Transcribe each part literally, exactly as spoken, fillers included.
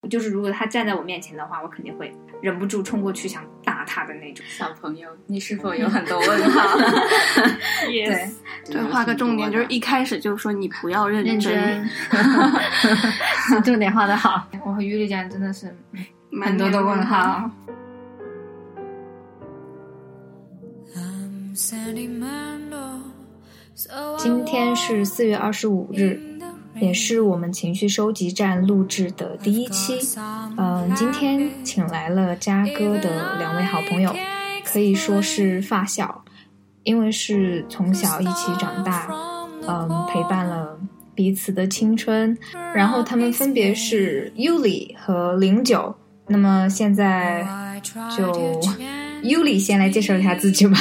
就是如果他站在我面前的话，我肯定会忍不住冲过去想打他的那种。 小朋友，你是否有很多问号？ 对对，画个重点，就是一开始就说你不要认真， 认真重点画得好。我和于丽讲真的是很多的问号。今天是四月二十五日，也是我们情绪收集站录制的第一期。嗯，今天请来了嘉哥的两位好朋友，可以说是发小，因为是从小一起长大，嗯，陪伴了彼此的青春。然后他们分别是 Yuli 和零九。那么现在就 Yuli 先来介绍一下自己吧。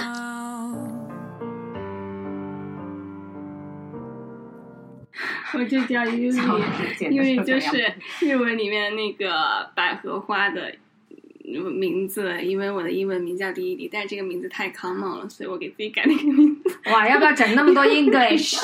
我就叫 Yuli，Yuli 就是日文里面那个百合花的名字，因为我的英文名叫第一里，但是这个名字太 common 了，所以我给自己改了一个名字。 哇，要不要整那么多 English？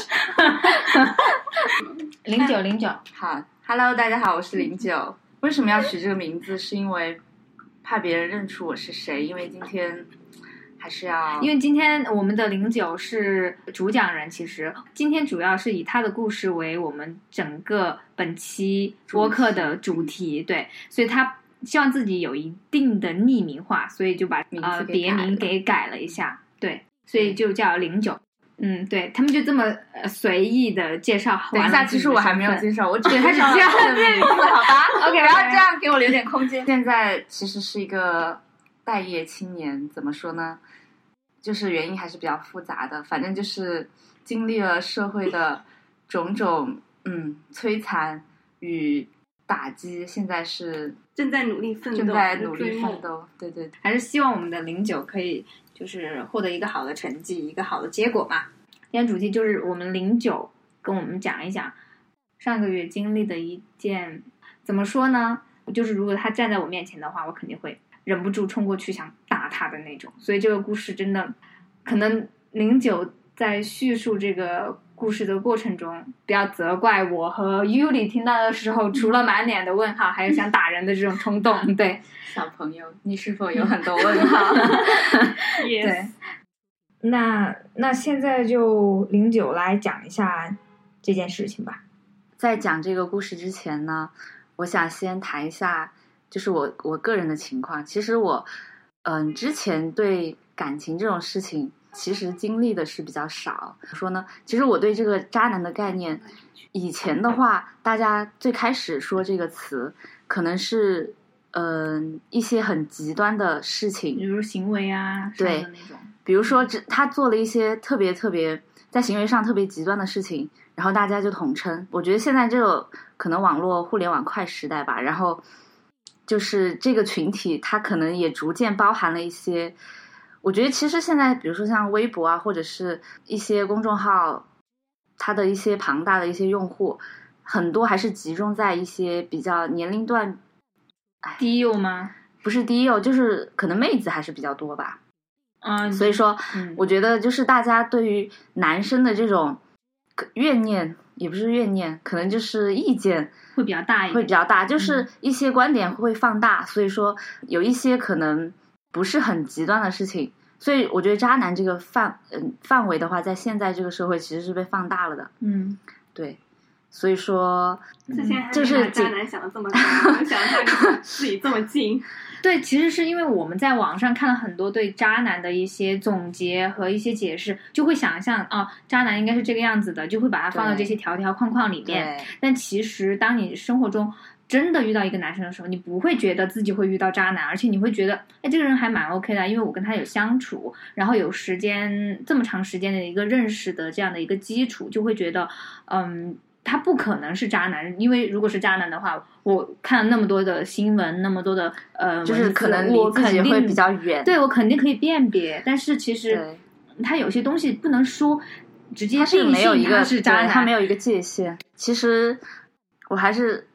零九零九， 好 ，Hello， 大家好，我是零九。为什么要取这个名字？是因为怕别人认出我是谁，因为今天。还是要， 因为今天我们的零九是主讲人，其实今天主要是以他的故事为我们整个本期播客的主题，对，所以他希望自己有一定的匿名化，所以就把呃别名给改了一下，对，所以就叫零九。嗯，对，他们就这么呃随意的介绍。 等一下，其实我还没有介绍，我只对他是这样的名字，好吧 ？OK， 不要这样，给我留点空间。现在其实是一个待业青年，怎么说呢？就是原因还是比较复杂的，反正就是经历了社会的种种嗯摧残与打击，现在是正在努力奋斗， 正在努力奋斗，对对对， 还是希望我们的零九可以就是获得一个好的成绩，一个好的结果嘛。今天主题就是我们零九跟我们讲一讲上个月经历的一件，怎么说呢？就是如果他站在我面前的话，我肯定会忍不住冲过去想打他的那种。所以这个故事真的可能零九在叙述这个故事的过程中，不要责怪我和 Yuli 听到的时候除了满脸的问号还有想打人的这种冲动。对， 小朋友，你是否有很多问号？ 对，那那现在就零九来讲一下这件事情吧。 在讲这个故事之前呢，我想先谈一下就是我我个人的情况。其实我嗯之前对感情这种事情其实经历的是比较少。怎么说呢，其实我对这个渣男的概念，以前的话大家最开始说这个词可能是嗯、呃、一些很极端的事情， 比如行为啊， 对，那种比如说他做了一些特别特别在行为上特别极端的事情，然后大家就统称。我觉得现在这个可能网络互联网快时代吧，然后就是这个群体它可能也逐渐包含了一些，我觉得其实现在比如说像微博啊或者是一些公众号，它的一些庞大的一些用户很多还是集中在一些比较年龄段低幼吗？ 不是低幼，就是可能妹子还是比较多吧。 嗯， 所以说、 嗯、 我觉得就是大家对于男生的这种怨念，也不是怨念，可能就是意见会比较大一点， 会比较大，就是一些观点会放大、嗯、所以说有一些可能不是很极端的事情，所以我觉得渣男这个范嗯范围的话，在现在这个社会其实是被放大了的。 嗯， 对，所以说之前还没把渣男想的这么高，没想到他离自己这么近。 对，其实是因为我们在网上看了很多对渣男的一些总结和一些解释，就会想象啊，渣男应该是这个样子的，就会把它放到这些条条框框里面。但其实当你生活中真的遇到一个男生的时候，你不会觉得自己会遇到渣男，而且你会觉得哎，这个人还蛮 OK 的，因为我跟他有相处，然后有时间这么长时间的一个认识的这样的一个基础，就会觉得嗯他不可能是渣男，因为如果是渣男的话，我看了那么多的新闻，那么多的呃， 就是可能离自己会比较远， 对，我肯定可以辨别，但是其实他有些东西不能说直接定性他是渣男， 他没有一个界限。其实我还是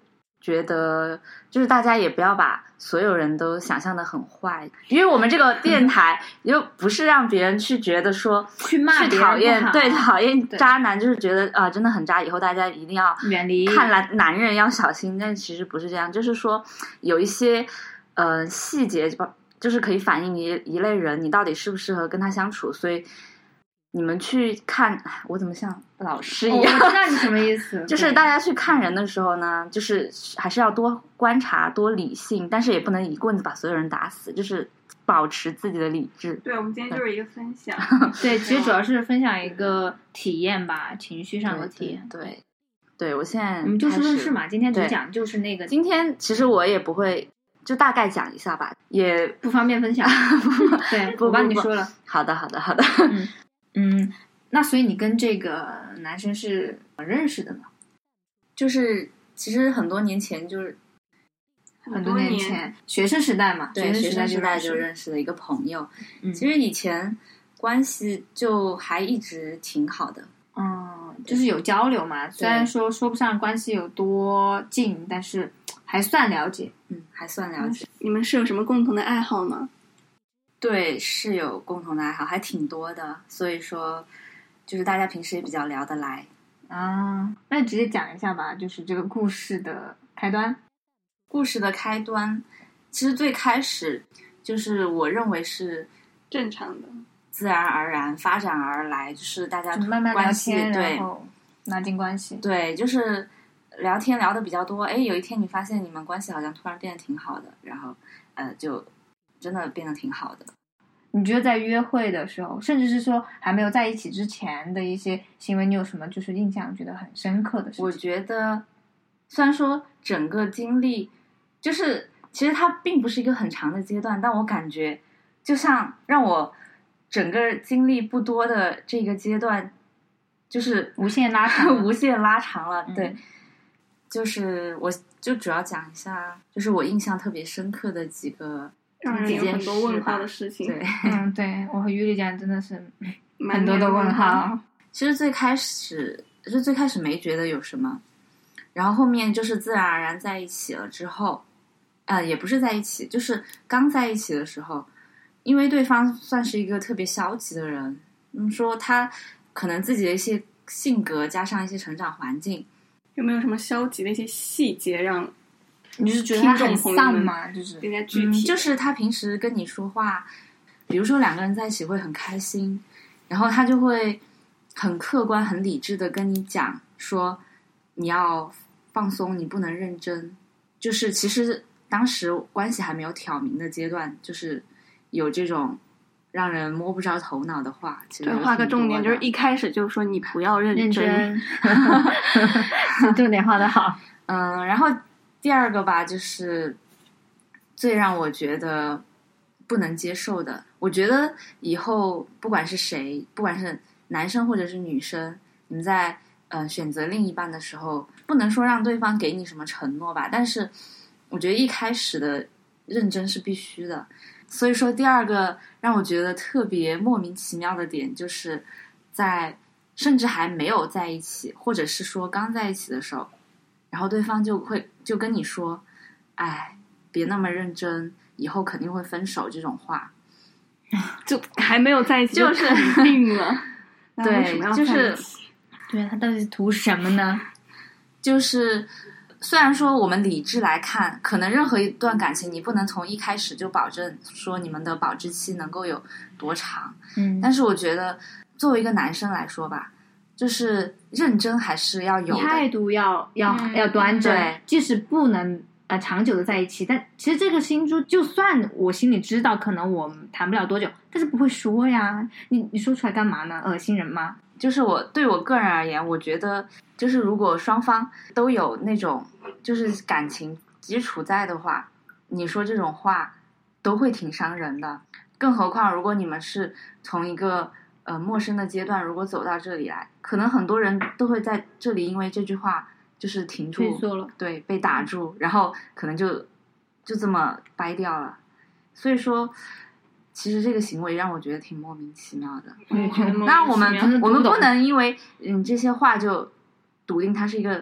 觉得就是大家也不要把所有人都想象的很坏，因为我们这个电台又不是让别人去觉得说去骂别人去讨厌不好对讨厌渣男，就是觉得啊、真的很渣，以后大家一定要远离看男男人要小心，但其实不是这样，就是说有一些呃细节就是可以反映一一类人你到底适不适合跟他相处，所以你们去看，我怎么像老师一样？ 哦、我知道你什么意思。 就是大家去看人的时候呢，就是还是要多观察、多理性，但是也不能一棍子把所有人打死，就是保持自己的理智。 对，我们今天就是一个分享。 对，其实主要是分享一个体验吧，情绪上的体验。 对，对，对我现在我们就事论事嘛，今天只讲就是那个。 今天其实我也不会。就大概讲一下吧，也不方便分享。对，我帮你说了。 好的，好的，好的。 嗯嗯，那所以你跟这个男生是认识的呢？ 就是其实很多年前，就是很多年前学生时代嘛， 对，学生时代就认识的一个朋友。 嗯， 其实以前关系就还一直挺好的。 嗯，就是有交流嘛，虽然说说不上关系有多近，但是还算了解。 嗯，还算了解。 你们是有什么共同的爱好吗？ 对，是有共同的爱好，还挺多的。所以说，就是大家平时也比较聊得来啊。那直接讲一下吧，就是这个故事的开端。 故事的开端，其实最开始就是我认为是正常的。 自然而然发展而来，就是大家慢慢聊天， 对， 然后拉近关系。 对，就是聊天聊的比较多。哎，有一天你发现你们关系好像突然变得挺好的，然后呃，就真的变得挺好的。 你觉得在约会的时候，甚至是说还没有在一起之前的一些行为，你有什么就是印象觉得很深刻的事情？ 我觉得，虽然说整个经历就是其实它并不是一个很长的阶段，但我感觉就像让我。整个经历不多的这个阶段，就是无限拉长， 无限拉长了。对， 嗯、 就是我就主要讲一下，就是我印象特别深刻的几个让人有很多问号的事情。 对， 嗯，对我和于丽讲真的是很多的问号。 其实最开始是最开始没觉得有什么，然后后面就是自然而然在一起了之后，呃，也不是在一起，就是刚在一起的时候。因为对方算是一个特别消极的人，嗯，说他可能自己的一些性格加上一些成长环境， 有没有什么消极的一些细节让你是觉得他很丧吗？就是更加具体、 嗯，就是他平时跟你说话，比如说两个人在一起会很开心，然后他就会很客观、很理智的跟你讲说你要放松，你不能认真。就是其实当时关系还没有挑明的阶段，就是。有这种让人摸不着头脑的话，其实对，画个重点就是一开始就说你不要认真， 认真重点画得好。 嗯，然后第二个吧，就是最让我觉得不能接受的，我觉得以后不管是谁，不管是男生或者是女生，你们在呃选择另一半的时候，不能说让对方给你什么承诺吧，但是我觉得一开始的认真是必须的。所以说第二个让我觉得特别莫名其妙的点，就是在甚至还没有在一起，或者是说刚在一起的时候，然后对方就会就跟你说哎，别那么认真，以后肯定会分手，这种话就还没有在一起就是肯定了对，就是对他到底是图什么呢？ 就是虽然说我们理智来看，可能任何一段感情你不能从一开始就保证说你们的保质期能够有多长， 嗯， 但是我觉得作为一个男生来说吧，就是认真还是要有的， 态度要要、 嗯、 要端正， 对， 即使不能呃长久的在一起，但其实这个心珠就算我心里知道可能我们谈不了多久，但是不会说呀，你你说出来干嘛呢？恶心人吗？ 就是我对我个人而言，我觉得就是如果双方都有那种就是感情基础在的话，你说这种话都会挺伤人的，更何况如果你们是从一个呃陌生的阶段如果走到这里来，可能很多人都会在这里因为这句话就是停住了， 对，被打住，然后可能就就这么掰掉了。所以说其实这个行为让我觉得挺莫名其妙的。 我也觉得莫名其妙。 那我们我们不能因为嗯这些话就笃定他是一个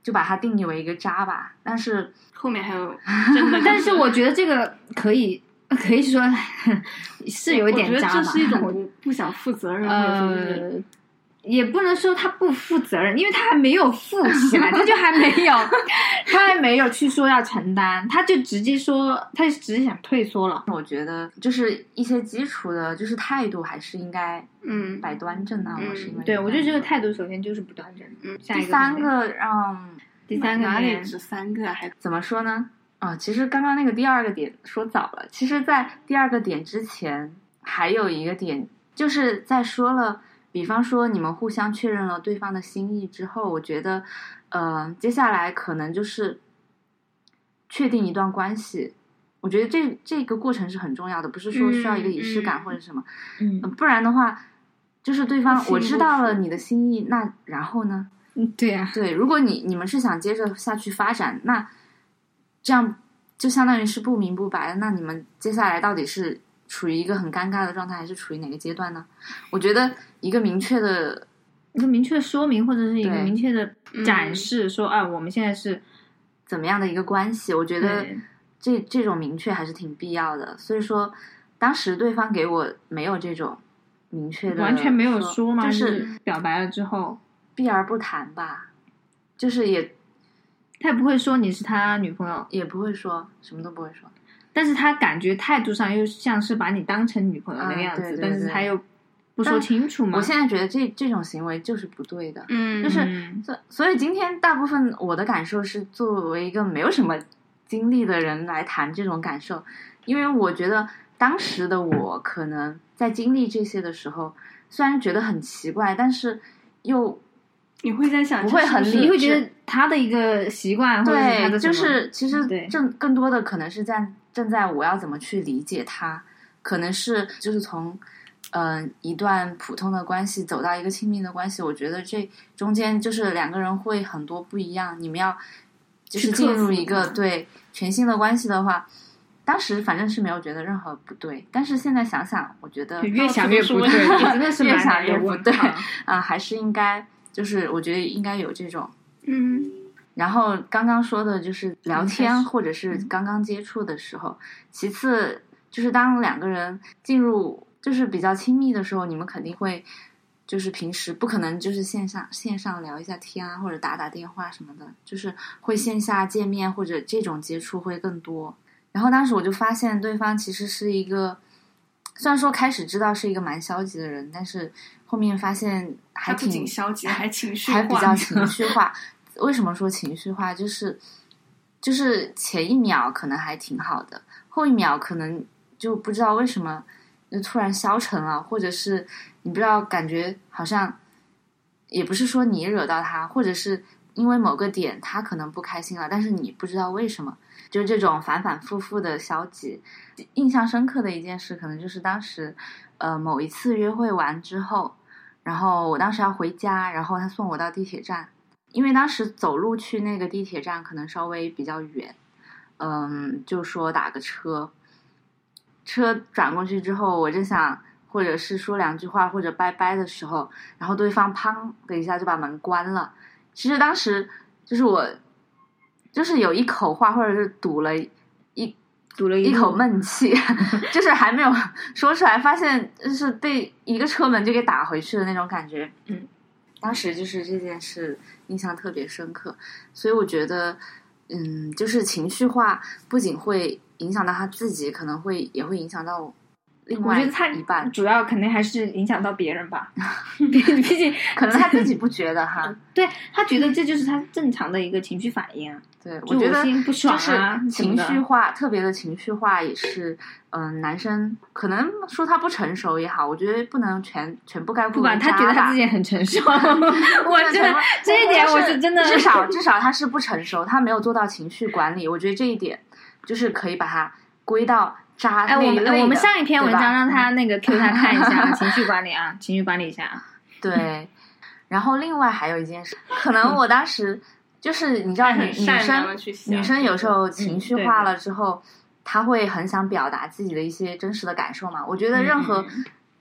就把它定义为一个渣吧。但是后面还有真的， 但是我觉得这个可以可以说是有一点渣吧。 我觉得这是一种不不想负责任， 呃，也不能说他不负责任，因为他还没有负起来，他就还没有，他还没有去说要承担，他就直接说，他就只是想退缩了。 我觉得就是一些基础的，就是态度还是应该嗯摆端正啊。 嗯、 我是因为对，我觉得这个态度首先就是不端正。 嗯， 下一个第三个让、嗯、 第三个哪里只三个还怎么说呢？啊，其实刚刚那个第二个点说早了，其实在第二个点之前还有一个点，就是在说了。比方说你们互相确认了对方的心意之后，我觉得呃接下来可能就是确定一段关系。我觉得这这个过程是很重要的，不是说需要一个仪式感或者什么。 嗯、 呃、不然的话就是对方我知道了你的心意，那然后呢？ 嗯，对呀、啊， 对，如果你你们是想接着下去发展，那这样就相当于是不明不白的，那你们接下来到底是处于一个很尴尬的状态，还是处于哪个阶段呢？我觉得一个明确的一个明确的说明，或者是一个明确的展示，说啊，我们现在是怎么样的一个关系，我觉得这这种明确还是挺必要的。所以说当时对方给我没有这种明确的， 完全没有说吗？ 就是表白了之后避而不谈吧，就是也他也不会说你是他女朋友， 也不会说，什么都不会说， 但是他感觉态度上又像是把你当成女朋友那个样子、 嗯、对对对， 但是他又不说清楚嘛。 我现在觉得这这种行为就是不对的， 嗯， 就是所所以今天大部分我的感受是作为一个没有什么经历的人来谈这种感受，因为我觉得当时的我可能在经历这些的时候，虽然觉得很奇怪，但是又你会在想不会很理智， 你会觉得他的一个习惯，或者是他的对，就是其实对正更多的可能是在正在我要怎么去理解他，可能是就是从嗯、呃、一段普通的关系走到一个亲密的关系，我觉得这中间就是两个人会很多不一样，你们要就是进入一个对全新的关系的话，当时反正是没有觉得任何不对，但是现在想想，我觉得越想越不对，真的是越想越不对啊、呃，还是应该就是我觉得应该有这种嗯。 然后刚刚说的就是聊天或者是刚刚接触的时候、嗯、其次就是当两个人进入就是比较亲密的时候，你们肯定会就是平时不可能就是线上线上聊一下天啊，或者打打电话什么的，就是会线下见面或者这种接触会更多。然后当时我就发现对方其实是一个，虽然说开始知道是一个蛮消极的人，但是后面发现还挺不仅消极，还情绪化， 还比较情绪化。为什么说情绪化？就是就是前一秒可能还挺好的，后一秒可能就不知道为什么就突然消沉了，或者是你不知道感觉好像也不是说你惹到他，或者是因为某个点他可能不开心了，但是你不知道为什么，就这种反反复复的消极。印象深刻的一件事可能就是当时呃某一次约会完之后，然后我当时要回家，然后他送我到地铁站，因为当时走路去那个地铁站可能稍微比较远，嗯，就说打个车，车转过去之后，我正想或者是说两句话或者拜拜的时候，然后对方砰的一下就把门关了。其实当时就是我就是有一口话或者是堵了一堵了一口闷气就是还没有说出来，发现就是被一个车门就给打回去的那种感觉。嗯，当时就是这件事印象特别深刻，所以我觉得嗯，就是情绪化不仅会影响到他自己，可能会也会影响到另外一半。 我觉得他主要肯定还是影响到别人吧毕竟可能他自己不觉得哈对，他觉得这就是他正常的一个情绪反应啊。 对，我觉得不爽啊， 就是情绪化特别的情绪化也是嗯、呃，男生可能说他不成熟也好，我觉得不能全全部概括不吧，他觉得他自己很成熟我觉得这一点我是真的至少至少他是不成熟，他没有做到情绪管理，我觉得这一点就是可以把它归到渣那一类的。 哎，我们我们上一篇文章让他那个 Q 他看一下情绪管理啊，情绪管理一下。 对，然后另外还有一件事，可能我当时就是你知道女女生女生有时候情绪化了之后，她会很想表达自己的一些真实的感受嘛。我觉得任何、嗯、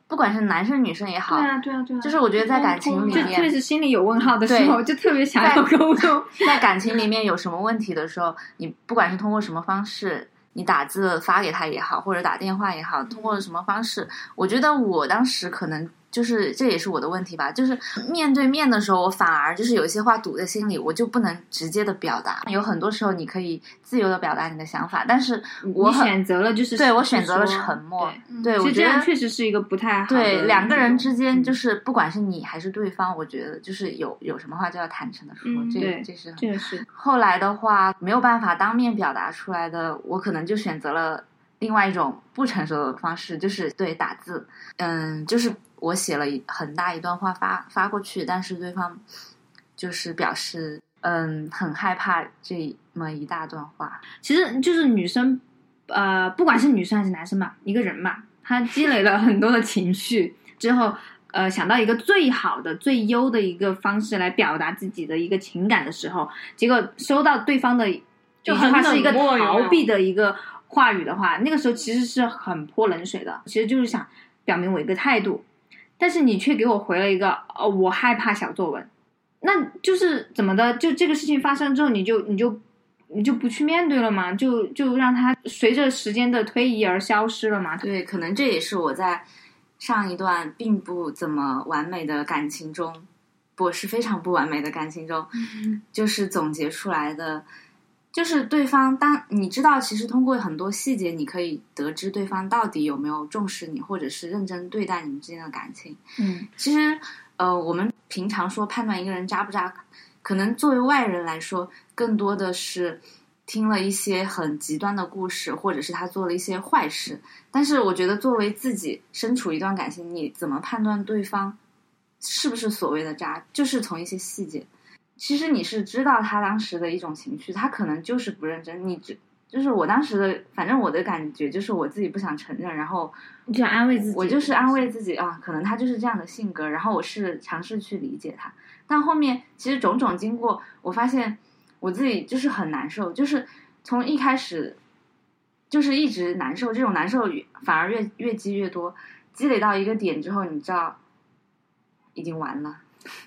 不管是男生女生也好， 对啊对啊对啊， 就是我觉得在感情里面， 就特别是心里有问号的时候，就特别想要沟通。 在感情里面有什么问题的时候，你不管是通过什么方式，你打字发给他也好，或者打电话也好，通过什么方式，我觉得我当时可能就是这也是我的问题吧，就是面对面的时候，我反而就是有一些话堵在心里，我就不能直接的表达。有很多时候你可以自由的表达你的想法，但是我选择了就是对我选择了沉默。对， 我觉得这样确实是一个不太好的。 对，两个人之间就是不管是你还是对方，我觉得就是有有什么话就要坦诚的说， 嗯、 这对这是这个是。 后来的话没有办法当面表达出来的，我可能就选择了另外一种不成熟的方式，就是对打字，嗯，就是我写了很大一段话发发过去，但是对方就是表示嗯很害怕这么一大段话。 其实就是女生呃不管是女生还是男生嘛，一个人嘛，他积累了很多的情绪之后呃想到一个最好的最优的一个方式来表达自己的一个情感的时候，结果收到对方的一句话是一个逃避的一个话语的话，那个时候其实是很泼冷水的，其实就是想表明我一个态度，但是你却给我回了一个哦，我害怕小作文，那就是怎么的？就这个事情发生之后，你就你就你就不去面对了嘛？就就让它随着时间的推移而消失了嘛？ 对，可能这也是我在上一段并不怎么完美的感情中，不是非常不完美的感情中， 嗯、 就是总结出来的。就是对方当你知道其实通过很多细节你可以得知对方到底有没有重视你，或者是认真对待你们之间的感情。 嗯， 其实呃，我们平常说判断一个人渣不渣，可能作为外人来说更多的是听了一些很极端的故事，或者是他做了一些坏事。但是我觉得作为自己身处一段感情，你怎么判断对方是不是所谓的渣，就是从一些细节。其实你是知道他当时的一种情绪，他可能就是不认真，你只就是我当时的，反正我的感觉就是我自己不想承认，然后你就安慰自己， 我就是安慰自己啊，可能他就是这样的性格，然后我是尝试去理解他，但后面其实种种经过，我发现我自己就是很难受，就是从一开始就是一直难受，这种难受反而越越积越多，积累到一个点之后，你知道已经完了。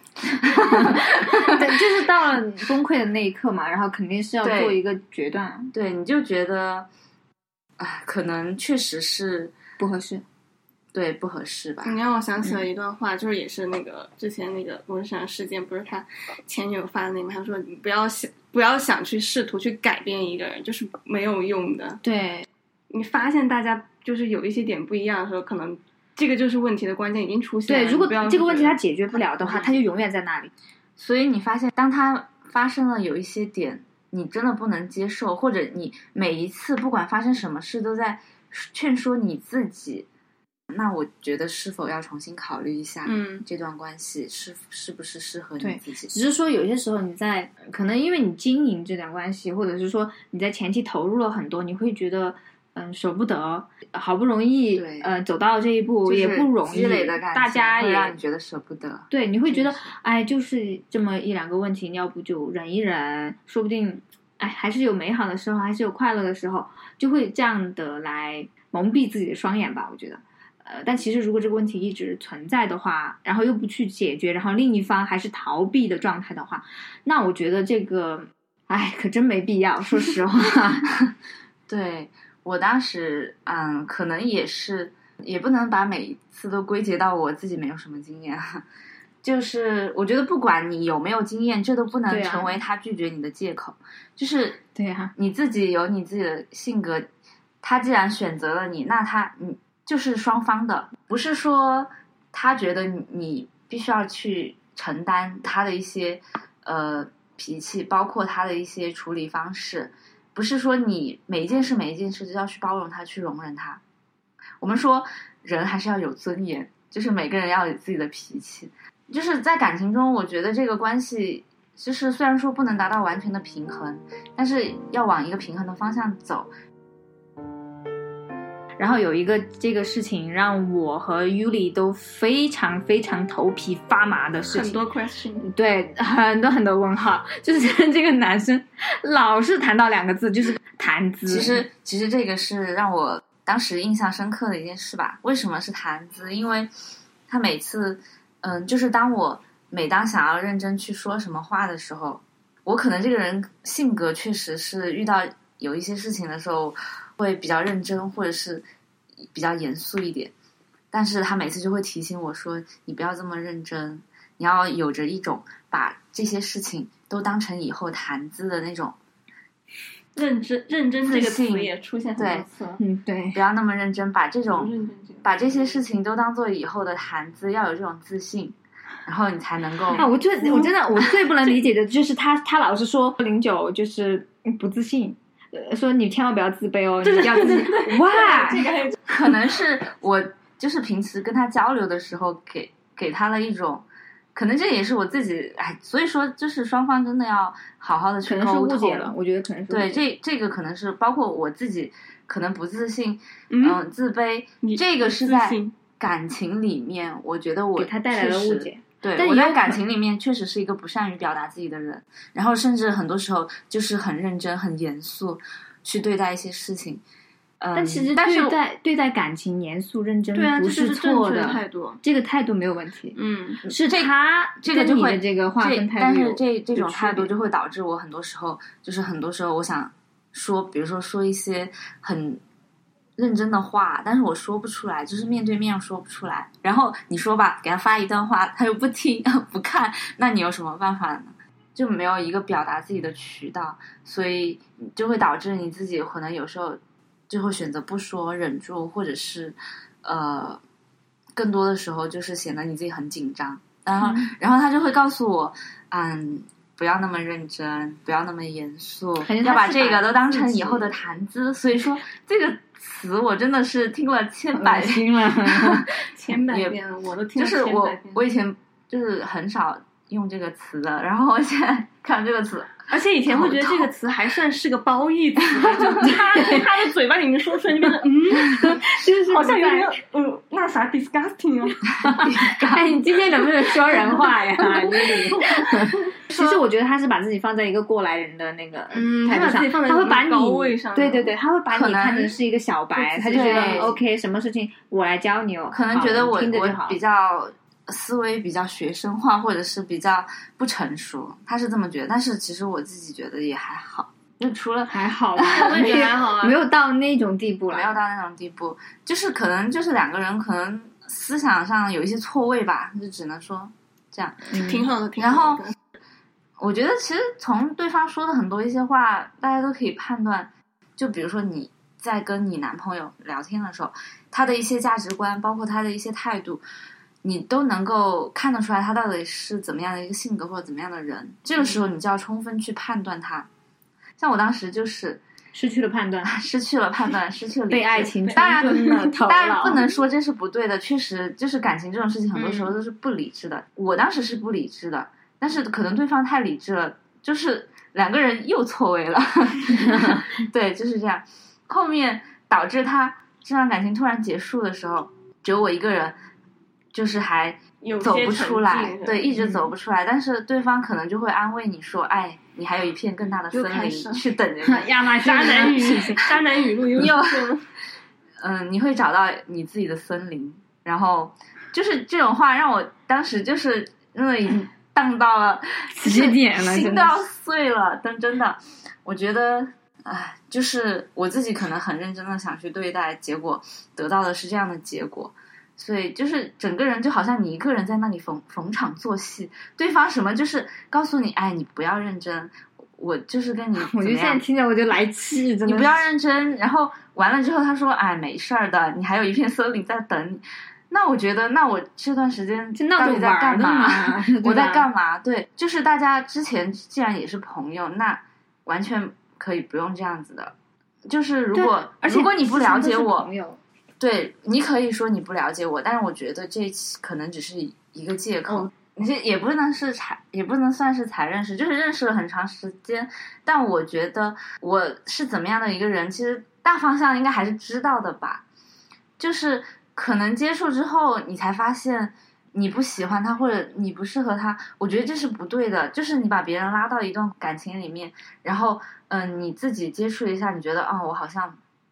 对，就是到了崩溃的那一刻嘛，然后肯定是要做一个决断。 对，对你就觉得，啊，可能确实是不合适， 对，不合适吧。 你让我想起了一段话，嗯、就是也是那个之前那个温莎事件，不是他前女友发的那个，他说你不要想，不要想去试图去改变一个人，就是没有用的。 对， 你发现大家就是有一些点不一样的时候，可能。这个就是问题的关键已经出现了。 对，如果这个问题它解决不了的话，它就永远在那里。 所以你发现，当它发生了有一些点，你真的不能接受，或者你每一次不管发生什么事都在劝说你自己，那我觉得是否要重新考虑一下， 嗯， 这段关系是是不是适合你自己？ 只是说有些时候你在可能因为你经营这段关系，或者是说你在前期投入了很多，你会觉得。嗯，舍不得，好不容易，呃，走到这一步也不容易， 积累的感情大家也让你觉得舍不得。 对，你会觉得，哎，就是这么一两个问题，你要不就忍一忍，说不定，哎，还是有美好的时候，还是有快乐的时候，就会这样的来蒙蔽自己的双眼吧。我觉得，呃，但其实如果这个问题一直存在的话，然后又不去解决，然后另一方还是逃避的状态的话，那我觉得这个，哎，可真没必要。说实话， 对。我当时嗯，可能也是，也不能把每一次都归结到我自己没有什么经验，就是我觉得不管你有没有经验，这都不能成为他拒绝你的借口。啊、就是对呀， 你自己有你自己的性格，他既然选择了你，那他你就是双方的，不是说他觉得你你必须要去承担他的一些呃脾气，包括他的一些处理方式。不是说你每一件事每一件事都要去包容他，去容忍他。我们说人还是要有尊严，就是每个人要有自己的脾气。就是在感情中，我觉得这个关系就是虽然说不能达到完全的平衡，但是要往一个平衡的方向走。 然后有一个这个事情让我和 Yuli 都非常非常头皮发麻的事情， 很多 question， 对，很多很多问号，就是这个男生老是谈到两个字，就是谈资。 其实其实这个是让我当时印象深刻的一件事吧。为什么是谈资？因为他每次嗯，就是当我每当想要认真去说什么话的时候，我可能这个人性格确实是遇到有一些事情的时候会比较认真，或者是比较严肃一点，但是他每次就会提醒我说，你不要这么认真，你要有着一种把这些事情都当成以后谈资的那种认真。认真这个词也出现很多次， 嗯，对， 不要那么认真，把这种把这些事情都当做以后的谈资，要有这种自信，然后你才能够。 啊，我就我真的我最不能理解的就是他他老是说零九就是不自信，呃，说你千万不要自卑哦，你要自信。哇， 这个可能是我就是平时跟他交流的时候给给他了一种。可能这也是我自己，哎，所以说就是双方真的要好好的去沟通。 可能是误解了，我觉得可能是对，这这个可能是包括我自己，可能不自信，嗯，嗯自卑，这个是在感情里面，我觉得我给他带来了误解。 对，我在感情里面确实是一个不善于表达自己的人，然后甚至很多时候就是很认真、很严肃去对待一些事情。嗯、 但其实对待对待感情严肃认真对啊， 不是错的态度， 这个态度没有问题。 嗯， 是他这个就会这个划分态度， 但是这这种态度就会导致我很多时候就是很多时候我想说，比如说说一些很认真的话，但是我说不出来，就是面对面说不出来。然后你说吧，给他发一段话，他又不听不看，那你有什么办法呢？就没有一个表达自己的渠道，所以就会导致你自己可能有时候就会选择不说，忍住，或者是呃，更多的时候就是显得你自己很紧张。然后，嗯、然后他就会告诉我，嗯，不要那么认真，不要那么严肃，要把这个都当成以后的谈资。所以说这个词我真的是听了千百遍了，千百遍了，我都听了千百遍。 就是我我以前就是很少用这个词的，然后我现在看这个词。 而且以前会觉得这个词还算是个褒义词，就他他的嘴巴里面说出来就变得嗯，就是好像有点嗯，那啥 disgusting 哦。 哎，你今天能不能说人话呀？其实我觉得他是把自己放在一个过来人的那个态度上， 嗯、 他会把你高位上， 对对对，他会把你看成是一个小白，他就觉得 OK， 什么事情我来教你哦。 可能觉得我我比较。思维比较学生化，或者是比较不成熟，他是这么觉得，但是其实我自己觉得也还好，就除了还好吧，我也觉得还好啊，没有到那种地步了， 没有到那种地步，就是可能就是两个人可能思想上有一些错位吧，就只能说这样， 嗯、挺好的。挺好的。然后我觉得其实从对方说的很多一些话，大家都可以判断，就比如说你在跟你男朋友聊天的时候，他的一些价值观，包括他的一些态度。你都能够看得出来他到底是怎么样的一个性格或者怎么样的人，这个时候你就要充分去判断他。像我当时就是失去了判断， 失去了判断，失去了理智， 被爱情当然了头当然不能说这是不对的，确实就是感情这种事情很多时候都是不理智的、嗯、我当时是不理智的，但是可能对方太理智了，就是两个人又错位了对，就是这样，后面导致他这段感情突然结束的时候，只有我一个人就是还走不出来，对，一直走不出来、嗯、但是对方可能就会安慰你说，哎，你还有一片更大的森林去等着你。 亚马逊渣男语渣男语录又嗯，你会找到你自己的森林。然后就是这种话让我当时就是真的已经荡到了极点了， 心都要碎了。但真的我觉得哎，就是我自己可能很认真的想去对待，结果得到的是这样的结果。所以就是整个人就好像你一个人在那里逢逢场作戏，对方什么就是告诉你，哎，你不要认真，我就是跟你怎么样， 我觉得现在听着我就来气，真的你不要认真。然后完了之后他说，哎，没事儿的，你还有一片森林在等你。那我觉得那我这段时间到底在干嘛？我在干嘛？对，就是大家之前既然也是朋友，那完全可以不用这样子的。就是如果如果你不了解我，对，你可以说你不了解我，但是我觉得这可能只是一个借口。你这、嗯、也不能是才，也不能算是才认识，就是认识了很长时间。但我觉得我是怎么样的一个人，其实大方向应该还是知道的吧。就是可能接触之后，你才发现你不喜欢他，或者你不适合他。我觉得这是不对的。就是你把别人拉到一段感情里面，然后嗯、呃，你自己接触一下，你觉得啊、哦，我好像。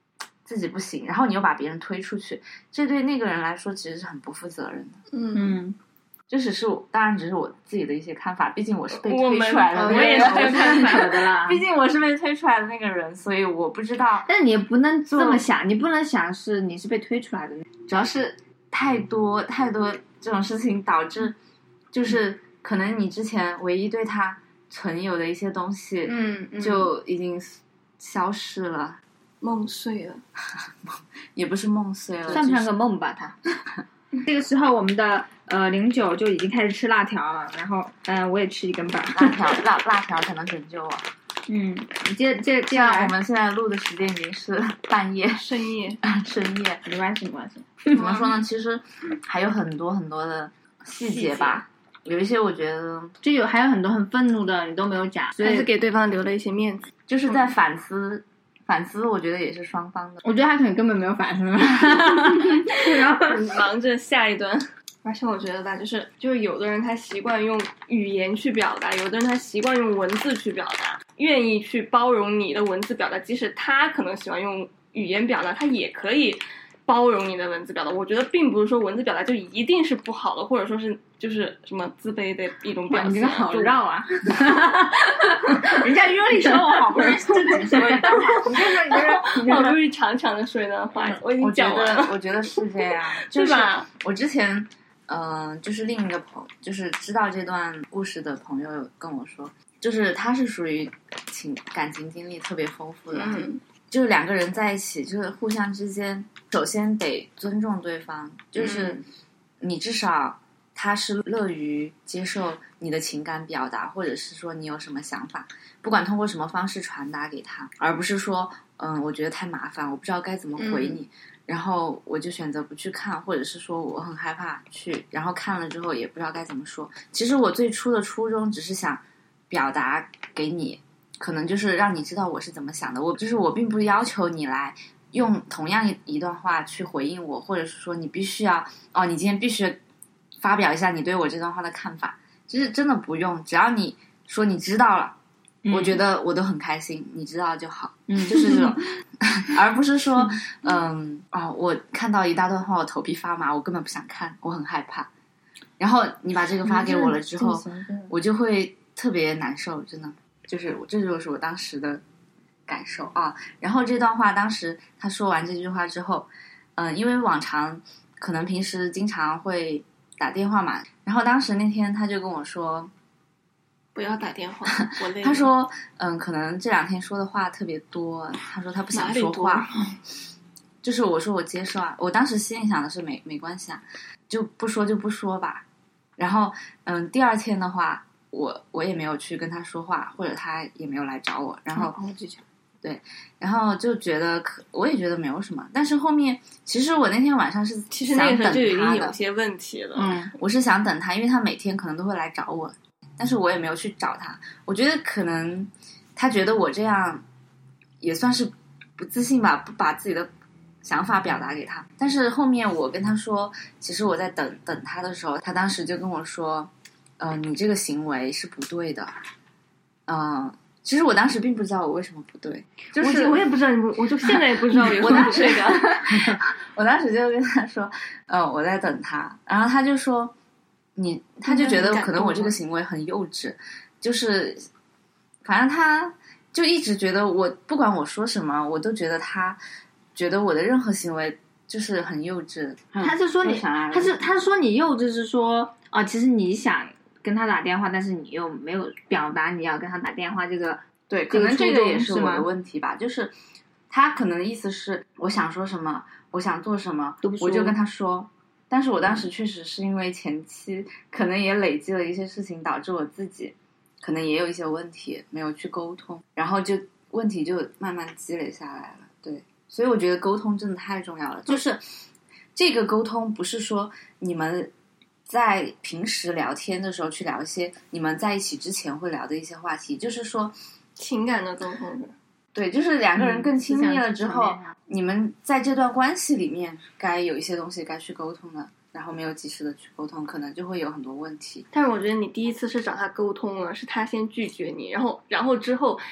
自己不行，然后你又把别人推出去，这对那个人来说其实是很不负责任的。 嗯嗯， 这只是我，当然只是我自己的一些看法，毕竟我是被推出来的那个人， 我也是这个看法的啦。 毕竟我是被推出来的那个人，所以我不知道。 但是你也不能这么想，你不能想是你是被推出来的， 主要是太多太多这种事情导致，就是可能你之前唯一对他存有的一些东西， 嗯，嗯就已经消失了。 梦碎了， 也不是梦碎了， 算不算个梦吧？他这个时候，我们的呃零九就已经开始吃辣条了，然后嗯、呃，我也吃一根吧。 辣条，辣辣条才能拯救我。 嗯，你接接接这样，我们现在录的时间已经是半夜、 深夜、 深夜， 没关系，没关系。 怎么说呢？其实还有很多很多的细节吧，有一些我觉得就有还有很多很愤怒的，你都没有讲，所以还是给对方留了一些面子， 就是在反思。嗯反思，我觉得也是双方的。 我觉得他可能根本没有反思， 然后忙着下一段。而且我觉得吧，就是就是有的人他习惯用语言去表达，有的人他习惯用文字去表达，愿意去包容你的文字表达，即使他可能喜欢用语言表达，他也可以包容你的文字表达。我觉得并不是说文字表达就一定是不好的，或者说是就是什么自卑的一种表现。 你这个好绕啊！人家约你说我好不容易正经说一段话，你就说你就说好不容易长长的说一段话，我已经讲完了。 我觉得是这样，就是我之前嗯、呃，就是另一个朋，就是知道这段故事的朋友跟我说，就是他是属于情感情经历特别丰富的。 嗯。 就是两个人在一起，就是互相之间，首先得尊重对方，就是你至少他是乐于接受你的情感表达，或者是说你有什么想法，不管通过什么方式传达给他，而不是说，嗯，我觉得太麻烦，我不知道该怎么回你，嗯、然后我就选择不去看，或者是说我很害怕去，然后看了之后也不知道该怎么说。其实我最初的初衷只是想表达给你。可能就是让你知道我是怎么想的，我就是我并不要求你来用同样一一段话去回应我，或者是说你必须要哦，你今天必须发表一下你对我这段话的看法，就是真的不用，只要你说你知道了，嗯、我觉得我都很开心，你知道就好， 嗯， 就是这种，而不是说嗯哦，我看到一大段话我头皮发麻，我根本不想看，我很害怕，然后你把这个发给我了之后，我就会特别难受，真的。就是这就是我当时的感受啊。然后这段话当时他说完这句话之后，嗯、呃，因为往常可能平时经常会打电话嘛，然后当时那天他就跟我说不要打电话，我累了。 他说嗯，可能这两天说的话特别多，他说他不想说话，就是我说我接受啊，我当时心里想的是没没关系啊，就不说就不说吧。然后嗯，第二天的话我我也没有去跟他说话，或者他也没有来找我，然后、 哦、 对，然后就觉得可我也觉得没有什么，但是后面其实我那天晚上是其实那个时候就已经有些问题了， 嗯，我是想等他，因为他每天可能都会来找我，但是我也没有去找他，我觉得可能他觉得我这样也算是不自信吧，不把自己的想法表达给他，但是后面我跟他说，其实我在等等他的时候，他当时就跟我说。呃，你这个行为是不对的，嗯、呃，其实我当时并不知道我为什么不对，就是我, 我也不知道，我就现在也不知道有什么不对的。 我当时就跟他说，呃，我在等他，然后他就说，你，他就觉得可能我这个行为很幼稚，就是反正他就一直觉得我不管我说什么，我都觉得他觉得我的任何行为就是很幼稚。 他是说你，他是他说你幼稚是说啊、哦，其实你想。跟他打电话，但是你又没有表达你要跟他打电话这个， 对，可能这个也是我的问题吧。就是他可能的意思是，我想说什么，我想做什么，我就跟他说。但是我当时确实是因为前期可能也累积了一些事情，导致我自己可能也有一些问题没有去沟通，然后就问题就慢慢积累下来了。对，所以我觉得沟通真的太重要了。就是这个沟通不是说你们。在平时聊天的时候去聊一些你们在一起之前会聊的一些话题，就是说情感的沟通。 对，就是两个人更亲密了之后、嗯、你们在这段关系里面该有一些东西该去沟通的，然后没有及时的去沟通，可能就会有很多问题。 但是我觉得你第一次是找他沟通了，是他先拒绝你，然后然后之后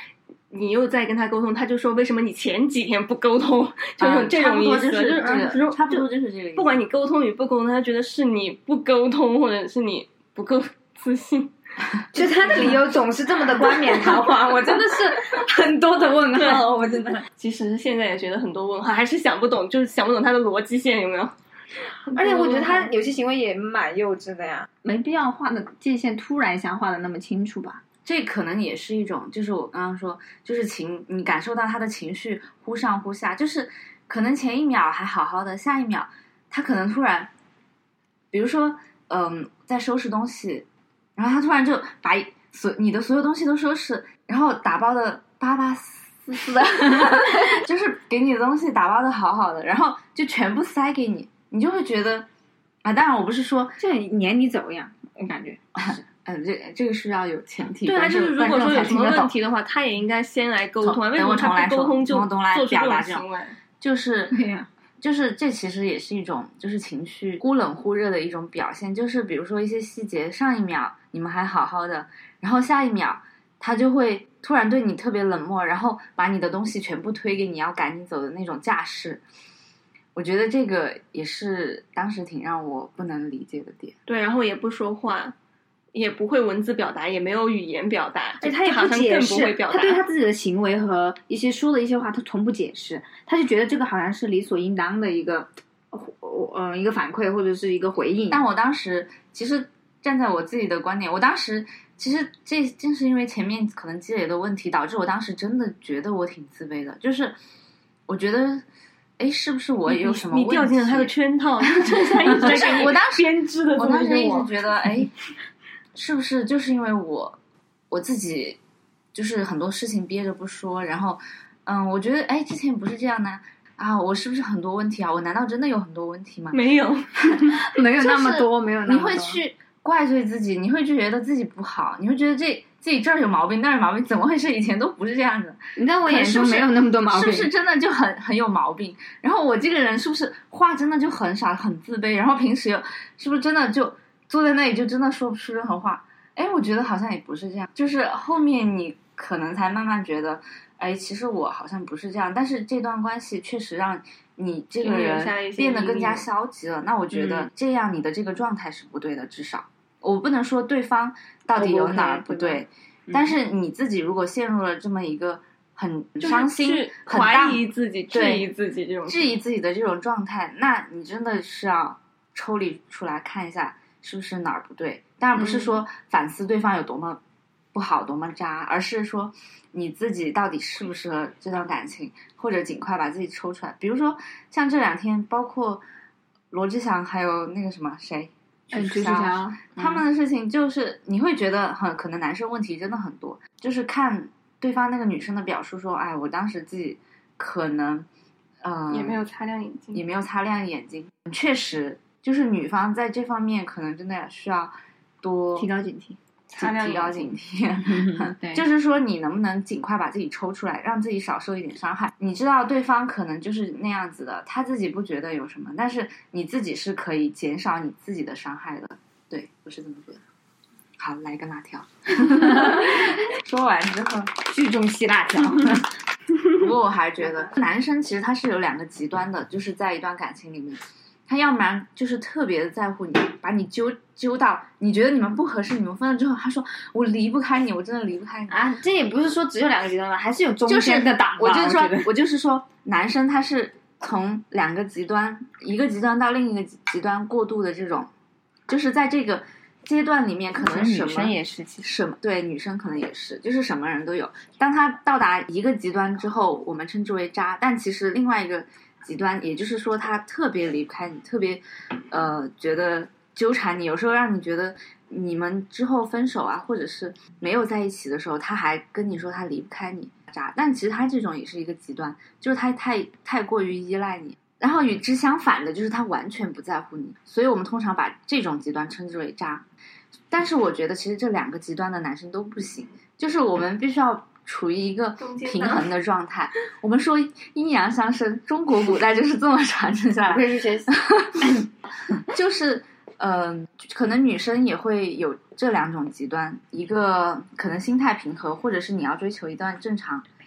你又在跟他沟通，他就说为什么你前几天不沟通，就是这种意思， 就是这个差不多就是这个意思。 不管你沟通与不沟通，他觉得是你不沟通，或者是你不够自信。 就他的理由总是这么的冠冕堂皇，我真的是很多的问号，我真的。 其实现在也觉得很多问号，还是想不懂，就是想不懂他的逻辑线有没有。 而且我觉得他有些行为也蛮幼稚的呀，没必要画的界限突然想画的那么清楚吧。 这可能也是一种，就是我刚刚说，就是情，你感受到他的情绪忽上忽下，就是可能前一秒还好好的，下一秒他可能突然，比如说，嗯，在收拾东西，然后他突然就把所你的所有东西都收拾，然后打包的巴巴丝丝的，就是给你的东西打包的好好的，然后就全部塞给你，你就会觉得啊，当然我不是说这撵你走呀，我感觉。 嗯，这这个是要有前提。 对啊，就是如果说有什么问题的话，他也应该先来沟通。为什么他不沟通就做出这种行为？ 就是， 对呀， 就是这其实也是一种，就是情绪忽冷忽热的一种表现。就是比如说一些细节，上一秒你们还好好的，然后下一秒他就会突然对你特别冷漠，然后把你的东西全部推给你，要赶你走的那种架势。我觉得这个也是当时挺让我不能理解的点。 对，然后也不说话。也不会文字表达，也没有语言表达， 而且他也不解释， 会表达他对他自己的行为和一些说的一些话，他从不解释，他就觉得这个好像是理所应当的一个，呃，一个反馈或者是一个回应。 但我当时其实站在我自己的观点，我当时其实这正是因为前面可能积累的问题，导致我当时真的觉得我挺自卑的，就是我觉得。哎，是不是我有什么问题？ 你掉进了他的圈套，就是他一直在给你我当时编织的。 我当时一直觉得，哎，是不是就是因为我我自己就是很多事情憋着不说，然后嗯，我觉得哎，之前不是这样的啊，我是不是很多问题啊？我难道真的有很多问题吗？ 没有， 没有那么多，没有那么多。 你会去怪罪自己，你会觉得自己不好，你会觉得这。自己这儿有毛病，那儿有毛病，怎么回事？以前都不是这样子。 你在我眼中没有那么多毛病， 是不是真的就很很有毛病？然后我这个人是不是话真的就很少，很自卑？然后平时又是不是真的就坐在那里就真的说不出任何话？哎，我觉得好像也不是这样。就是后面你可能才慢慢觉得，哎，其实我好像不是这样。但是这段关系确实让你这个人变得更加消极了。那我觉得这样你的这个状态是不对的，至少。我不能说对方到底有哪儿不对， okay, 但是你自己如果陷入了这么一个很伤心、 就是、 很怀疑自己、质疑自己这种质疑自己的这种状态，那你真的是要抽离出来看一下是不是哪儿不对。当然不是说反思对方有多么不好、多么渣，而是说你自己到底适不适合这段感情，或者尽快把自己抽出来。比如说像这两天，包括罗志祥还有那个什么谁。 嗯，徐志强他们的事情就是你会觉得很可能男生问题真的很多，就是看对方那个女生的表述说，哎，我当时自己可能呃也没有擦亮眼睛， 也没有擦亮眼睛，确实就是女方在这方面可能真的需要多提高警惕。 提高警惕对，就是说你能不能尽快把自己抽出来，让自己少受一点伤害。你知道对方可能就是那样子的，他自己不觉得有什么，但是你自己是可以减少你自己的伤害的。对，我是这么觉得。好，来个辣条。说完之后聚众吸辣条。 不过我还觉得男生其实他是有两个极端的，就是在一段感情里面，他要不然就是特别的在乎你，把你揪揪到你觉得你们不合适，你们分了之后，他说我离不开你，我真的离不开你啊！这也不是说只有两个极端吧，还是有中间的档吧。 我就是说， 我, 我就是说，男生他是从两个极端，一个极端到另一个极端过渡的这种，就是在这个阶段里面，可能什么女生也是， 什么对女生可能也是，就是什么人都有。当他到达一个极端之后，我们称之为渣，但其实另外一个。极端，也就是说他特别离不开你，特别呃觉得纠缠你，有时候让你觉得你们之后分手啊，或者是没有在一起的时候，他还跟你说他离不开你，渣。但其实他这种也是一个极端，就是他太太过于依赖你。然后与之相反的就是他完全不在乎你，所以我们通常把这种极端称之为渣。但是我觉得其实这两个极端的男生都不行，就是我们必须要处于一个平衡的状态。我们说阴阳相生，中国古代就是这么传承下来。 不会是学习， 就是嗯、呃，可能女生也会有这两种极端，一个可能心态平和，或者是你要追求一段正常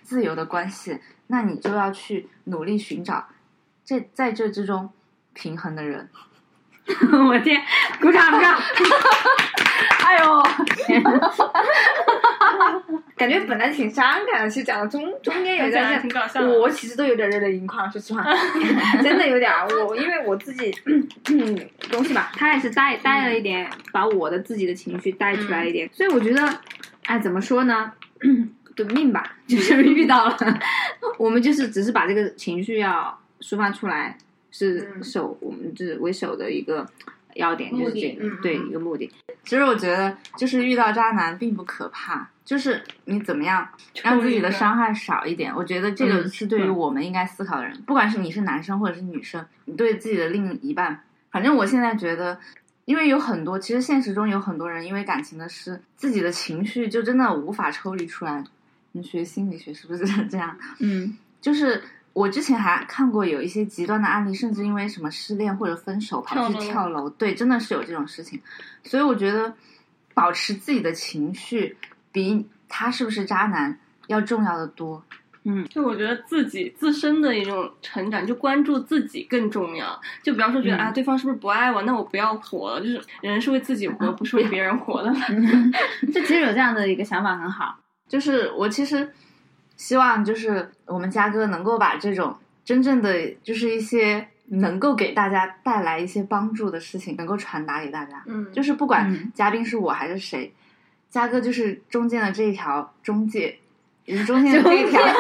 自由的关系，那你就要去努力寻找这在这之中平衡的人。 我天，鼓掌鼓掌！ 哎呦， 感觉本来挺伤感的，其实讲到中中间有点挺搞笑的。 我其实都有点热泪盈眶，说实话，真的有点。我因为我自己东西吧，他也是带带了一点，把我的自己的情绪带出来一点，嗯、所以我觉得，哎，怎么说呢？的命吧，就是遇到了，我们就是只是把这个情绪要抒发出来。是首、嗯、我们是为首的一个要点，就是这个、嗯、对一个目的。 其实我觉得，就是遇到渣男并不可怕，就是你怎么样让自己的伤害少一点。我觉得这个是对于我们应该思考的人，嗯、不管是你是男生或者是女生，你对自己的另一半，反正我现在觉得，因为有很多，其实现实中有很多人因为感情的事，自己的情绪就真的无法抽离出来。你学心理学是不是这样？ 嗯， 就是。我之前还看过有一些极端的案例，甚至因为什么失恋或者分手跑去跳楼，对，真的是有这种事情。所以我觉得保持自己的情绪比他是不是渣男要重要的多。 嗯，就我觉得自己自身的一种成长，就关注自己更重要。就比方说觉得、嗯、啊，对方是不是不爱我，那我不要活了。就是人是为自己活，不是为别人活的。 这其实有这样的一个想法很好。 就是我其实希望就是我们嘉哥能够把这种真正的就是一些能够给大家带来一些帮助的事情能够传达给大家。 嗯， 就是不管嘉宾是我还是谁，嘉哥就是中间的这一条中介，也是中间的这一条。等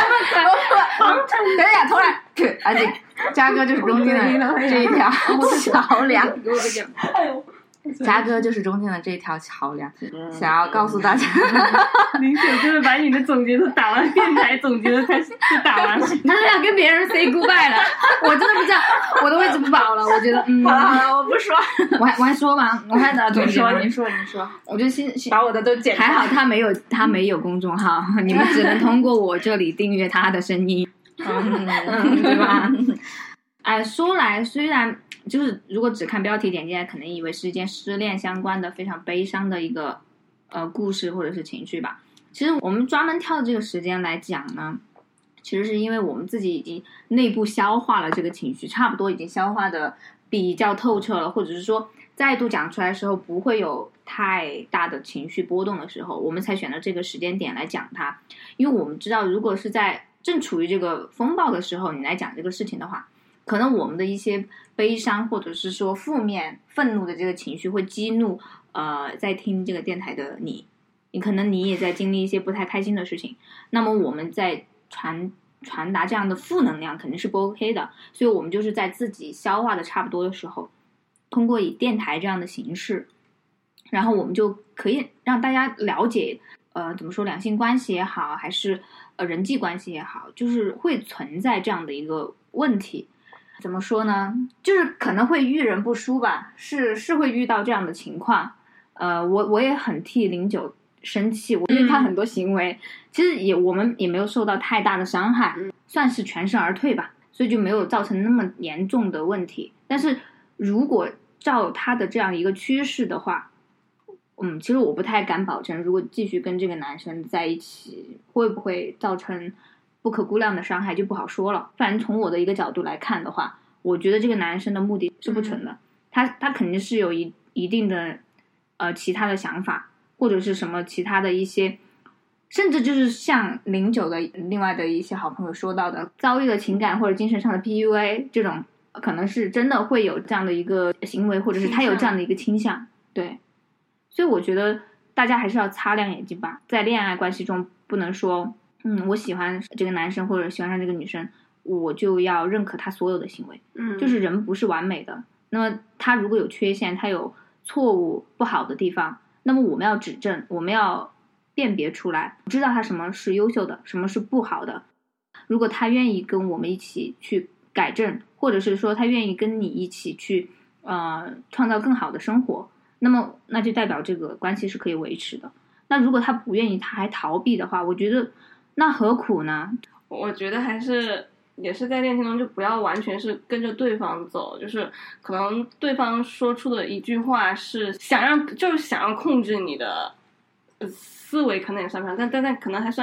一下，突然，对，安静。嘉哥就是中间的这一条桥梁。哎呦。嘉哥就是中间的这一条桥梁，想要告诉大家， 林九真的把你的总结都打完，电台总结的才就打完了， 他都要跟别人 say goodbye 了，我真的不知道我的位置不保了，我觉得，嗯， 好了好了，我不说， 我还我还说吗？我还打总结吗？ 你说你说， 我就先把我的都剪， 还好他没有他没有公众号，你们只能通过我这里订阅他的声音，嗯，对吧？哎，说来虽然。就是如果只看标题点进来，可能以为是一件失恋相关的非常悲伤的一个呃故事或者是情绪吧。其实我们专门挑的这个时间来讲呢，其实是因为我们自己已经内部消化了这个情绪，差不多已经消化的比较透彻了，或者是说再度讲出来的时候不会有太大的情绪波动的时候，我们才选了这个时间点来讲它。因为我们知道，如果是在正处于这个风暴的时候，你来讲这个事情的话，可能我们的一些悲伤或者是说负面愤怒的这个情绪会激怒呃在听这个电台的你，你可能你也在经历一些不太开心的事情，那么我们在传传达这样的负能量肯定是不 OK 的，所以我们就是在自己消化的差不多的时候，通过以电台这样的形式，然后我们就可以让大家了解呃怎么说两性关系也好，还是呃人际关系也好，就是会存在这样的一个问题。怎么说呢？就是可能会遇人不淑吧，是是会遇到这样的情况。呃，我我也很替零九生气，因为他很多行为、嗯、其实也我们也没有受到太大的伤害、嗯，算是全身而退吧，所以就没有造成那么严重的问题。但是如果照他的这样一个趋势的话，嗯，其实我不太敢保证，如果继续跟这个男生在一起，会不会造成不可估量的伤害就不好说了。反正从我的一个角度来看的话，我觉得这个男生的目的是不纯的，嗯、他他肯定是有一一定的呃其他的想法，或者是什么其他的一些，甚至就是像零九的另外的一些好朋友说到的，遭遇了情感或者精神上的 P U A 这种，可能是真的会有这样的一个行为，或者是他有这样的一个倾向，对。所以我觉得大家还是要擦亮眼睛吧，在恋爱关系中不能说嗯，我喜欢这个男生或者喜欢上这个女生，我就要认可他所有的行为。嗯，就是人不是完美的，那么他如果有缺陷，他有错误不好的地方，那么我们要指正，我们要辨别出来，知道他什么是优秀的，什么是不好的。如果他愿意跟我们一起去改正，或者是说他愿意跟你一起去呃创造更好的生活，那么那就代表这个关系是可以维持的。那如果他不愿意，他还逃避的话，我觉得那何苦呢？ 我觉得还是也是在恋情中就不要完全是跟着对方走，就是可能对方说出的一句话是想让就是想要控制你的思维，可能也算不上，但但但可能还算上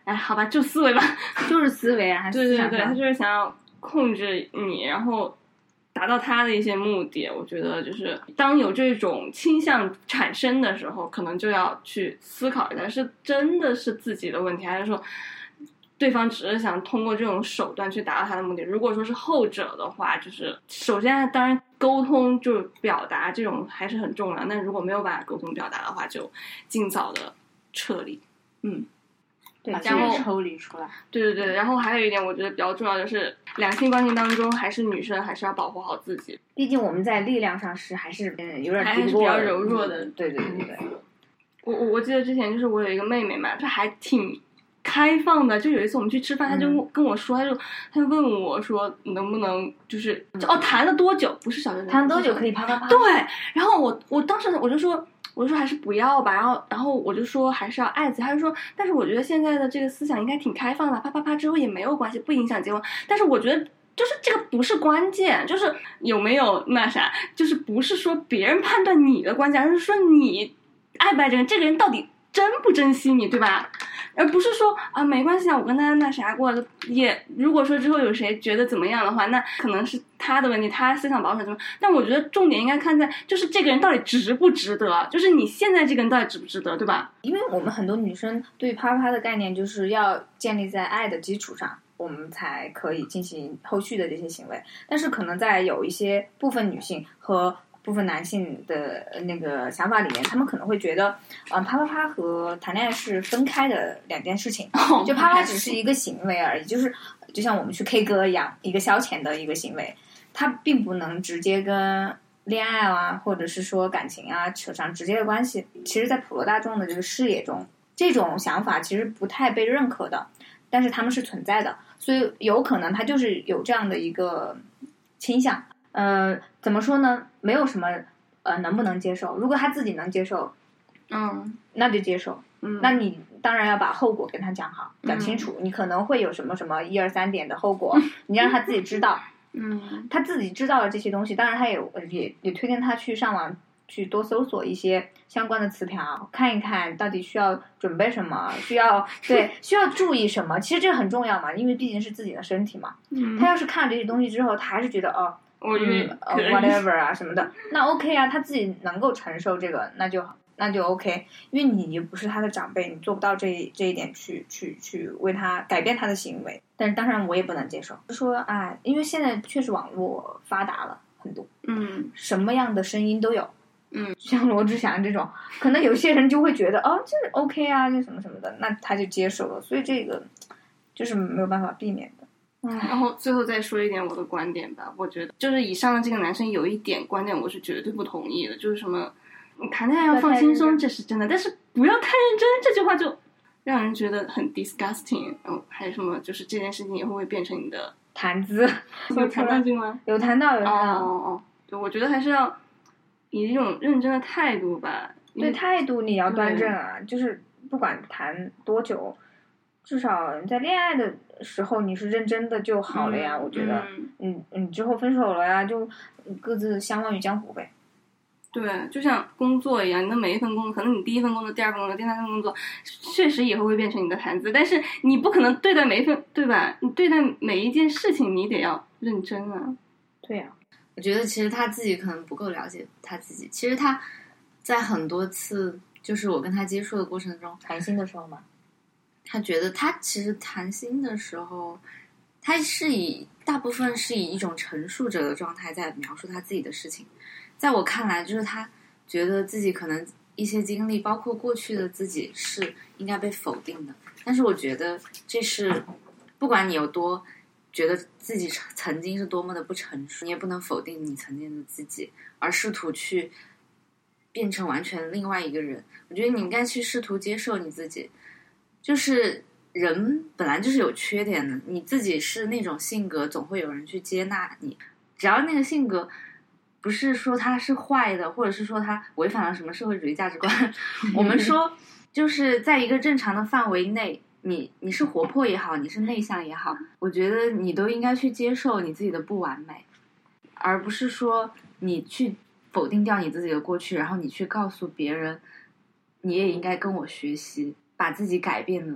哎，好吧，就思维吧， 就是思维啊， 对对对，他就是想要控制你，然后达到他的一些目的。我觉得就是当有这种倾向产生的时候，可能就要去思考一下，是真的是自己的问题，还是说对方只是想通过这种手段去达到他的目的。如果说是后者的话，就是首先当然沟通就表达这种还是很重要，但如果没有办法沟通表达的话，就尽早的撤离。嗯， 对， 然后抽离出来。 对对对，然后还有一点我觉得比较重要，就是两性关系当中，还是女生还是要保护好自己。 毕竟我们在力量上是还是嗯有点还是比较柔弱的。 对对对对。 我我我记得之前就是我有一个妹妹嘛，她还挺开放的。就有一次我们去吃饭，她就跟我说，她就她就问我说，能不能就是哦谈了多久？不是小学生谈多久可以啪啪啪？ 对，然后我我当时我就说。我就说还是不要吧，然后然后我就说还是要爱自己，他就说，但是我觉得现在的这个思想应该挺开放的，啪啪啪之后也没有关系，不影响结婚。但是我觉得就是这个不是关键，就是有没有那啥，就是不是说别人判断你的关键，而是说你爱不爱这个人，这个人到底珍不珍惜你，对吧？而不是说啊没关系啊，我跟他那啥过了，也如果说之后有谁觉得怎么样的话，那可能是他的问题，他思想保守什么。但我觉得重点应该看在就是这个人到底值不值得，就是你现在这个人到底值不值得，对吧？ 因为我们很多女生对啪啪的概念就是要建立在爱的基础上，我们才可以进行后续的这些行为。但是可能在有一些部分女性和部分男性的那个想法里面，他们可能会觉得，嗯、呃，啪啪啪和谈恋爱是分开的两件事情。 哦、 就啪啪只是一个行为而已，就是就像我们去 K 歌一样，一个消遣的一个行为，它并不能直接跟恋爱啊，或者是说感情啊扯上直接的关系。其实，在普罗大众的这个视野中，这种想法其实不太被认可的，但是他们是存在的，所以有可能他就是有这样的一个倾向。呃，怎么说呢？没有什么呃能不能接受。如果他自己能接受， 嗯， 那就接受。嗯，那你当然要把后果跟他讲好，讲清楚。嗯、你可能会有什么什么一二三点的后果，你让他自己知道。 嗯， 他自己知道了这些东西，当然他也也也推荐他去上网去多搜索一些相关的词条，看一看到底需要准备什么，需要对需要注意什么。其实这个很重要嘛，因为毕竟是自己的身体嘛。 嗯， 他要是看了这些东西之后，他还是觉得哦。 我嗯呃、uh, whatever 啊什么的，那 OK 啊，他自己能够承受这个，那就那就 OK， 因为你不是他的长辈，你做不到这这一点去去去为他改变他的行为。但是当然我也不能接受，就说啊，因为现在确实网络发达了很多， 嗯， 什么样的声音都有， 嗯， 像罗志祥这种，可能有些人就会觉得哦，这 OK 啊，就什么什么的，那他就接受了，所以这个就是没有办法避免的。 然后最后再说一点我的观点吧，我觉得就是以上的这个男生有一点观点我是绝对不同意的，就是什么你谈恋爱要放轻松，这是真的，但是不要太认真，这句话就让人觉得很 disgusting。然后还有什么就是这件事情也会不会变成你的谈资？ 有谈到这吗？ 有谈到有谈到。 哦哦哦，对，我觉得还是要以一种认真的态度吧。 对，态度你要端正啊，就是不管谈多久，至少在恋爱的时候你是认真的就好了呀。 嗯、 我觉得，嗯嗯，之后分手了呀，就各自相忘于江湖呗。 对，就像工作一样，你的每一份工作，可能你第一份工作、第二份工作、第三份工作，确实以后会变成你的谈资，但是你不可能对待每一份，对吧？你对待每一件事情，你得要认真啊。 对呀、啊， 我觉得其实他自己可能不够了解他自己。其实他在很多次，就是我跟他接触的过程中， 谈心的时候嘛， 他觉得他其实谈心的时候，他是以大部分是以一种陈述者的状态在描述他自己的事情。在我看来，就是他觉得自己可能一些经历，包括过去的自己是应该被否定的。但是我觉得这是不管你有多觉得自己曾经是多么的不成熟，你也不能否定你曾经的自己，而试图去变成完全另外一个人。我觉得你应该去试图接受你自己，就是人本来就是有缺点的，你自己是那种性格，总会有人去接纳你。只要那个性格不是说他是坏的，或者是说他违反了什么社会主义价值观我们说就是在一个正常的范围内，你你是活泼也好，你是内向也好，我觉得你都应该去接受你自己的不完美，而不是说你去否定掉你自己的过去，然后你去告诉别人你也应该跟我学习，把自己改变了，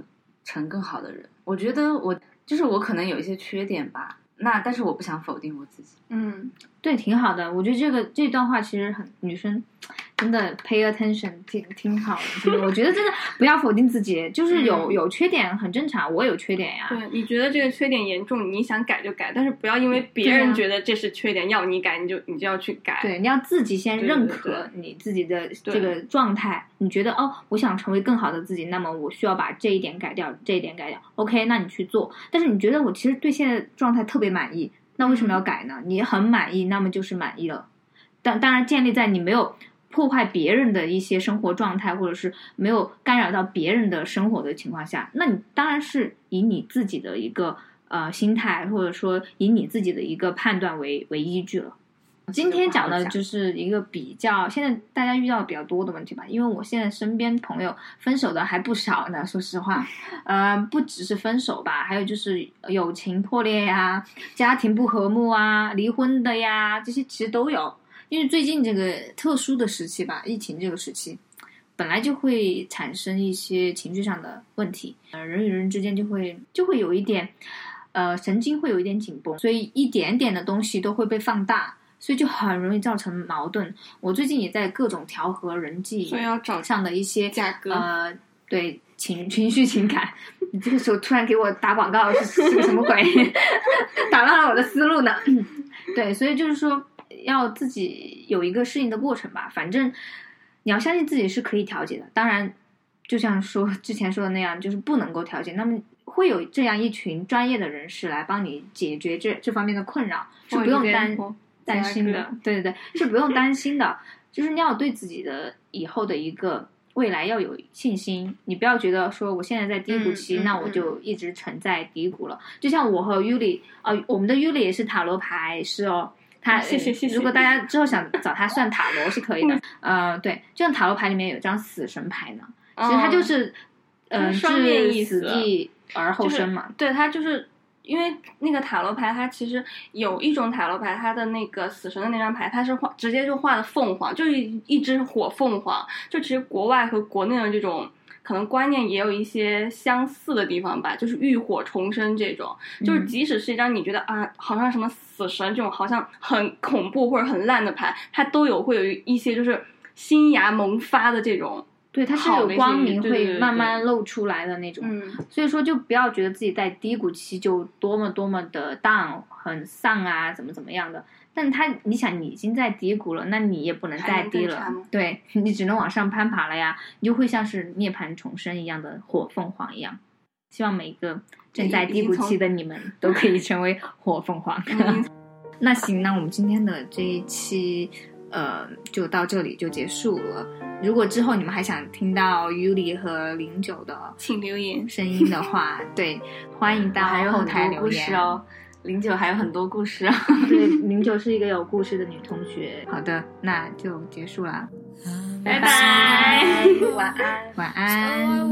成更好的人。我觉得我就是我可能有一些缺点吧，那但是我不想否定我自己。 嗯， 对，挺好的。我觉得这个这段话其实很女生真的 pay attention 挺挺好的。我觉得真的不要否定自己，就是有、嗯、有缺点很正常，我有缺点呀。 对，你觉得这个缺点严重，你想改就改，但是不要因为别人觉得这是缺点、啊、要你改，你就你就要去改。 对，你要自己先认可你自己的这个状态。你觉得哦，我想成为更好的自己，那么我需要把这一点改掉，这一点改掉。OK， 那你去做。但是你觉得我其实对现在状态特别满意。那为什么要改呢？你很满意，那么就是满意了。当当然建立在你没有破坏别人的一些生活状态，或者是没有干扰到别人的生活的情况下，那你当然是以你自己的一个呃心态，或者说以你自己的一个判断为为依据了。今天讲的就是一个比较现在大家遇到比较多的问题吧，因为我现在身边朋友分手的还不少呢，说实话，呃，不只是分手吧，还有就是友情破裂呀、家庭不和睦啊、离婚的呀，这些其实都有。因为最近这个特殊的时期吧，疫情这个时期，本来就会产生一些情绪上的问题，呃，人与人之间就会就会有一点，呃，神经会有一点紧绷，所以一点点的东西都会被放大。所以就很容易造成矛盾。我最近也在各种调和人际上的一些价格， 呃，对情情绪情感。你这个时候突然给我打广告是是个什么鬼？打乱了我的思路呢。对，所以就是说要自己有一个适应的过程吧。反正你要相信自己是可以调节的。当然，就像说之前说的那样，就是不能够调节，那么会有这样一群专业的人士来帮你解决这这方面的困扰，是不用担。担心的，对对对，是不用担心的。就是你要对自己的以后的一个未来要有信心，你不要觉得说我现在在低谷期， 嗯、 那我就一直沉在低谷了。嗯、就像我和 Yuli， 呃，我们的 Yuli 也是塔罗牌师哦，他谢谢谢谢。 如果大家之后想找他算塔罗是可以的，嗯、呃，对，就像塔罗牌里面有张死神牌呢，其实它就是，嗯、呃，置死地而后生嘛， 就是、对，它就是。因为那个塔罗牌，它其实有一种塔罗牌，它的那个死神的那张牌，它是画直接就画的凤凰，就是一只火凤凰。就其实国外和国内的这种可能观念也有一些相似的地方吧，就是浴火重生这种。就是即使是一张你觉得啊，好像什么死神这种好像很恐怖或者很烂的牌，它都有会有一些就是新芽萌发的这种。 对，它是有光明会慢慢露出来的那种， 对对对对， 所以说就不要觉得自己在低谷期就多么多么的 down 很丧啊，怎么怎么样的。但他你想你已经在低谷了，那你也不能再低了，对，你只能往上攀爬了呀，你就会像是涅槃重生一样的火凤凰一样。希望每一个正在低谷期的你们都可以成为火凤凰。那行，那我们今天的这一期呃就到这里就结束了。如果之后你们还想听到 Yuli 和零九的请留言声音的话，对，欢迎到后台留言哦。零九还有很多故事啊， 对，零九是一个有故事的女同学。好的，那就结束了， 拜拜， 晚安， 晚安。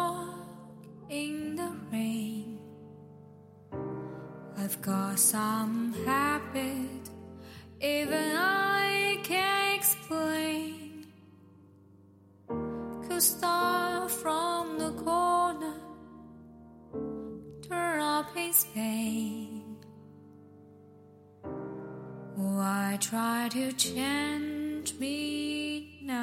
I've got some habit, even I can't explain. Could start from the corner, turn up his pain. Oh, I try to change me now.